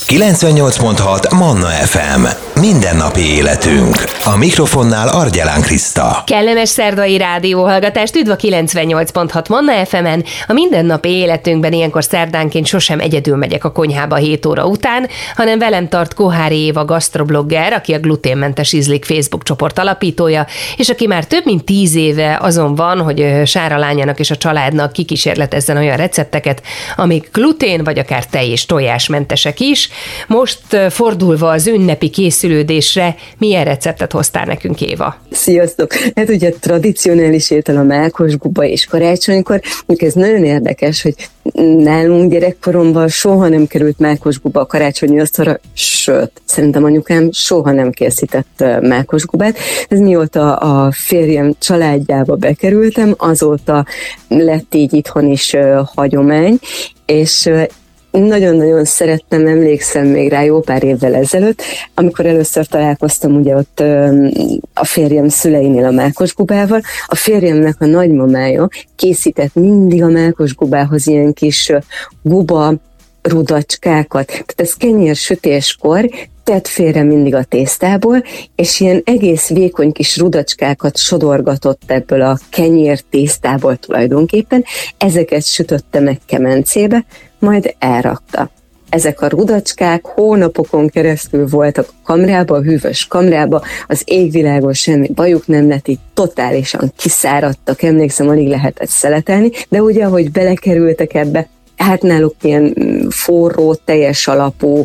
98.6 Manna FM. Mindennapi életünk. A mikrofonnál Argyelán Kriszta. Kellemes szerdai rádióhallgatást, üdv a 98.6 Manna FM-en. A mindennapi életünkben ilyenkor szerdánként sosem egyedül megyek a konyhába 7 óra után, hanem velem tart Kohári Éva gasztroblogger, aki a Gluténmentes Ízlik Facebook csoport alapítója, és aki már több mint 10 éve azon van, hogy Sára lányának és a családnak kikísérletezzen olyan recepteket, amik glutén vagy akár tej és tojásmentesek is. Most fordulva az ünnepi készülődésre, milyen receptet hoztál nekünk, Éva? Sziasztok! Hát ugye tradicionális étel a mákosguba és karácsonykor, ez nagyon érdekes, hogy nálunk gyerekkoromban soha nem került mákosguba a karácsonyi asztalra, sőt, szerintem anyukám soha nem készített mákosgubát. Ez mióta a férjem családjába bekerültem, azóta lett így itthon is hagyomány, és nagyon-nagyon szerettem, emlékszem még rá jó pár évvel ezelőtt, amikor először találkoztam ugye ott a férjem szüleinél a mákosgubával. A férjemnek a nagymamája készített mindig a mákosgubához ilyen kis guba rudacskákat. Tehát ez kenyérsütéskor tett félre mindig a tésztából, és ilyen egész vékony kis rudacskákat sodorgatott ebből a kenyér tésztából tulajdonképpen. Ezeket sütötte meg kemencébe, majd elrakta. Ezek a rudacskák hónapokon keresztül voltak a kamrába, a hűvös kamrába, az égvilágon semmi bajuk nem lett, így totálisan kiszáradtak, emlékszem, alig lehetett szeletelni, de ugye, ahogy belekerültek ebbe, hát náluk ilyen forró, teljes alapú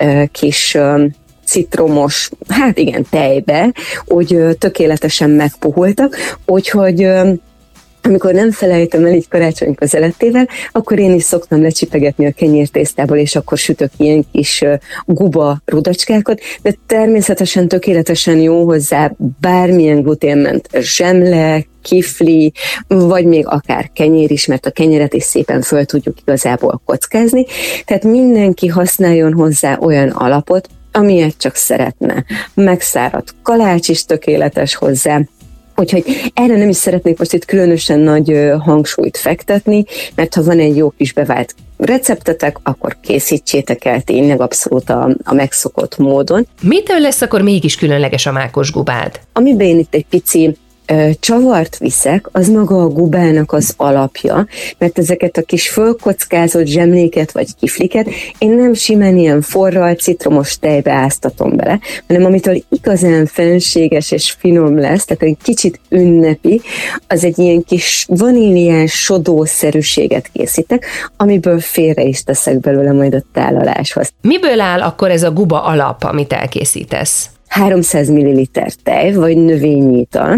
kis citromos, hát igen, tejbe, úgy tökéletesen megpuhultak, úgyhogy amikor nem felejtem el így karácsony közelettével, akkor én is szoktam lecsipegetni a kenyértésztából, és akkor sütök ilyen kis guba rudacskákat, de természetesen tökéletesen jó hozzá bármilyen gluténmentes zsemle, kifli, vagy még akár kenyér is, mert a kenyeret is szépen föl tudjuk igazából kockázni. Tehát mindenki használjon hozzá olyan alapot, amilyet csak szeretne. Megszáradt kalács is tökéletes hozzá. Úgyhogy erre nem is szeretnék most itt különösen nagy hangsúlyt fektetni, mert ha van egy jó kis bevált receptetek, akkor készítsétek el tényleg abszolút a megszokott módon. Mitől lesz akkor mégis különleges a mákosgubád? Amiben én itt egy pici csavart viszek, az maga a gubának az alapja, mert ezeket a kis fölkockázott zsemléket vagy kifliket én nem simán ilyen forral, citromos tejbe áztatom bele, hanem amitől igazán fenséges és finom lesz, tehát egy kicsit ünnepi, az egy ilyen kis vaníliás sodószerűséget készítek, amiből félre is teszek belőle majd a tálaláshoz. Miből áll akkor ez a guba alap, amit elkészítesz? 300 ml tej vagy növényi ital,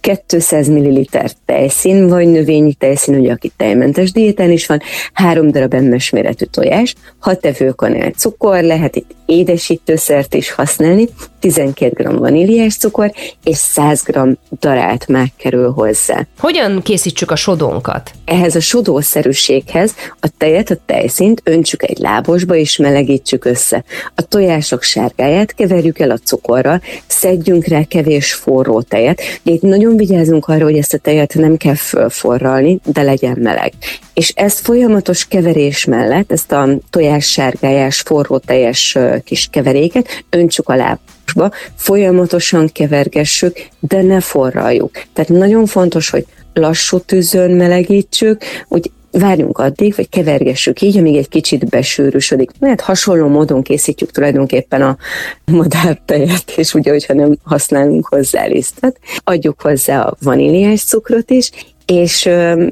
200 ml tejszín, vagy növényi tejszín, ugye aki tejmentes diétán is van, 3 darab emmes méretű tojás, 6 evőkanál cukor, lehet itt édesítőszert is használni, 12 g vaníliás cukor, és 100 g darált mák kerül hozzá. Hogyan készítsük a sodónkat? Ehhez a sodószerűséghez a tejet, a tejszínt öntsük egy lábosba, és melegítsük össze. A tojások sárgáját keverjük el a cukorral, szedjünk rá kevés forró tejet. Itt nagyon vigyázzunk arra, hogy ezt a tejet nem kell fölforralni, de legyen meleg. És ezt folyamatos keverés mellett, ezt a tojás sárgájás, forró teljes kis keveréket öntsük a lábosba, folyamatosan kevergessük, de ne forraljuk. Tehát nagyon fontos, hogy lassú tűzön melegítsük, úgy várjunk addig, vagy kevergessük így, amíg egy kicsit besűrűsödik. Mert hasonló módon készítjük tulajdonképpen a madártejet, és ugye, hogyha nem használunk hozzá lisztet, adjuk hozzá a vaníliás cukrot is, és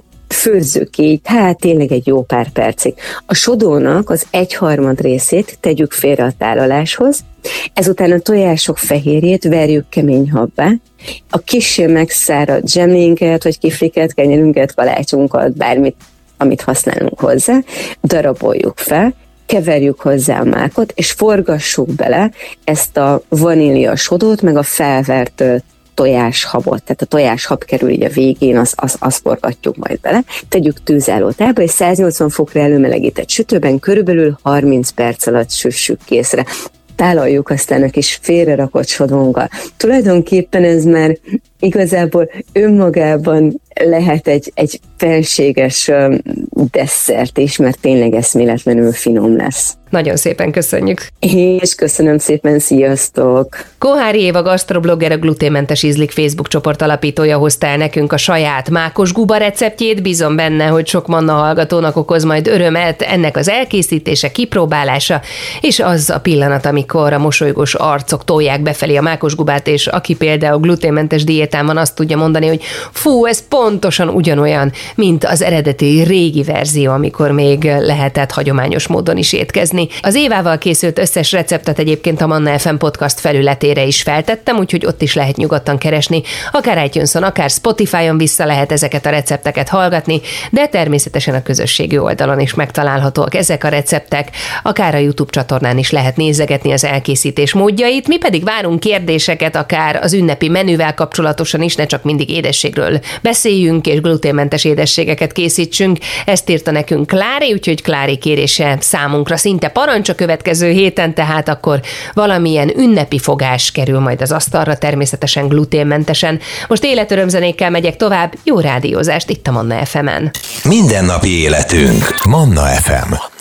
főzzük így, hát tényleg egy jó pár percig. A sodónak az 1/3 részét tegyük félre a tálaláshoz, ezután a tojások fehérjét verjük kemény habbá, a kissé megszáradt zsemlénket, vagy kifliket, kenyerünket, kalácsunkat, bármit, amit használunk hozzá, daraboljuk fel, keverjük hozzá a mákot, és forgassuk bele ezt a vanília sodót, meg a felvert tojáshabot, tehát a tojáshab kerül így a végén, azt forgatjuk majd bele, tegyük tűzálló tálba, és 180 fokra előmelegített sütőben körülbelül 30 perc alatt süssük készre. Tálaljuk aztán a kis félrerakott sodónkkal. Tulajdonképpen ez már igazából önmagában lehet egy felséges desszert is, mert tényleg eszméletlenül finom lesz. Nagyon szépen köszönjük. És köszönöm szépen, sziasztok! Kohári Éva gasztroblogger, a Gluténmentes Ízlik Facebook csoport alapítója hozta el nekünk a saját mákos guba receptjét. Bízom benne, hogy sok Manna hallgatónak okoz majd örömet ennek az elkészítése, kipróbálása, és az a pillanat, amikor a mosolygós arcok tolják befelé a mákos gubát, és aki például gluténmentes diétán van, azt tudja mondani, hogy fú, ez pontosan ugyanolyan, mint az eredeti régi verzió, amikor még lehetett hagyományos módon is étkezni. Az Évával készült összes receptet egyébként a Manna FM podcast felületére is feltettem, úgyhogy ott is lehet nyugodtan keresni, akár iTunes-on, akár Spotify-on vissza lehet ezeket a recepteket hallgatni, de természetesen a közösségi oldalon is megtalálhatóak ezek a receptek, akár a YouTube csatornán is lehet nézegetni az elkészítés módjait, mi pedig várunk kérdéseket, akár az ünnepi menüvel kapcsolatosan is, ne csak mindig édességről beszéljünk, és gluténmentes édességeket készítsünk. Ezt írta nekünk Klári, úgyhogy Klári kérése számunkra szinte parancs a következő héten, tehát akkor valamilyen ünnepi fogás kerül majd az asztalra, természetesen gluténmentesen. Most életörömzenékkel megyek tovább, jó rádiózást itt a Manna FM-en. Mindennapi életünk. Manna FM.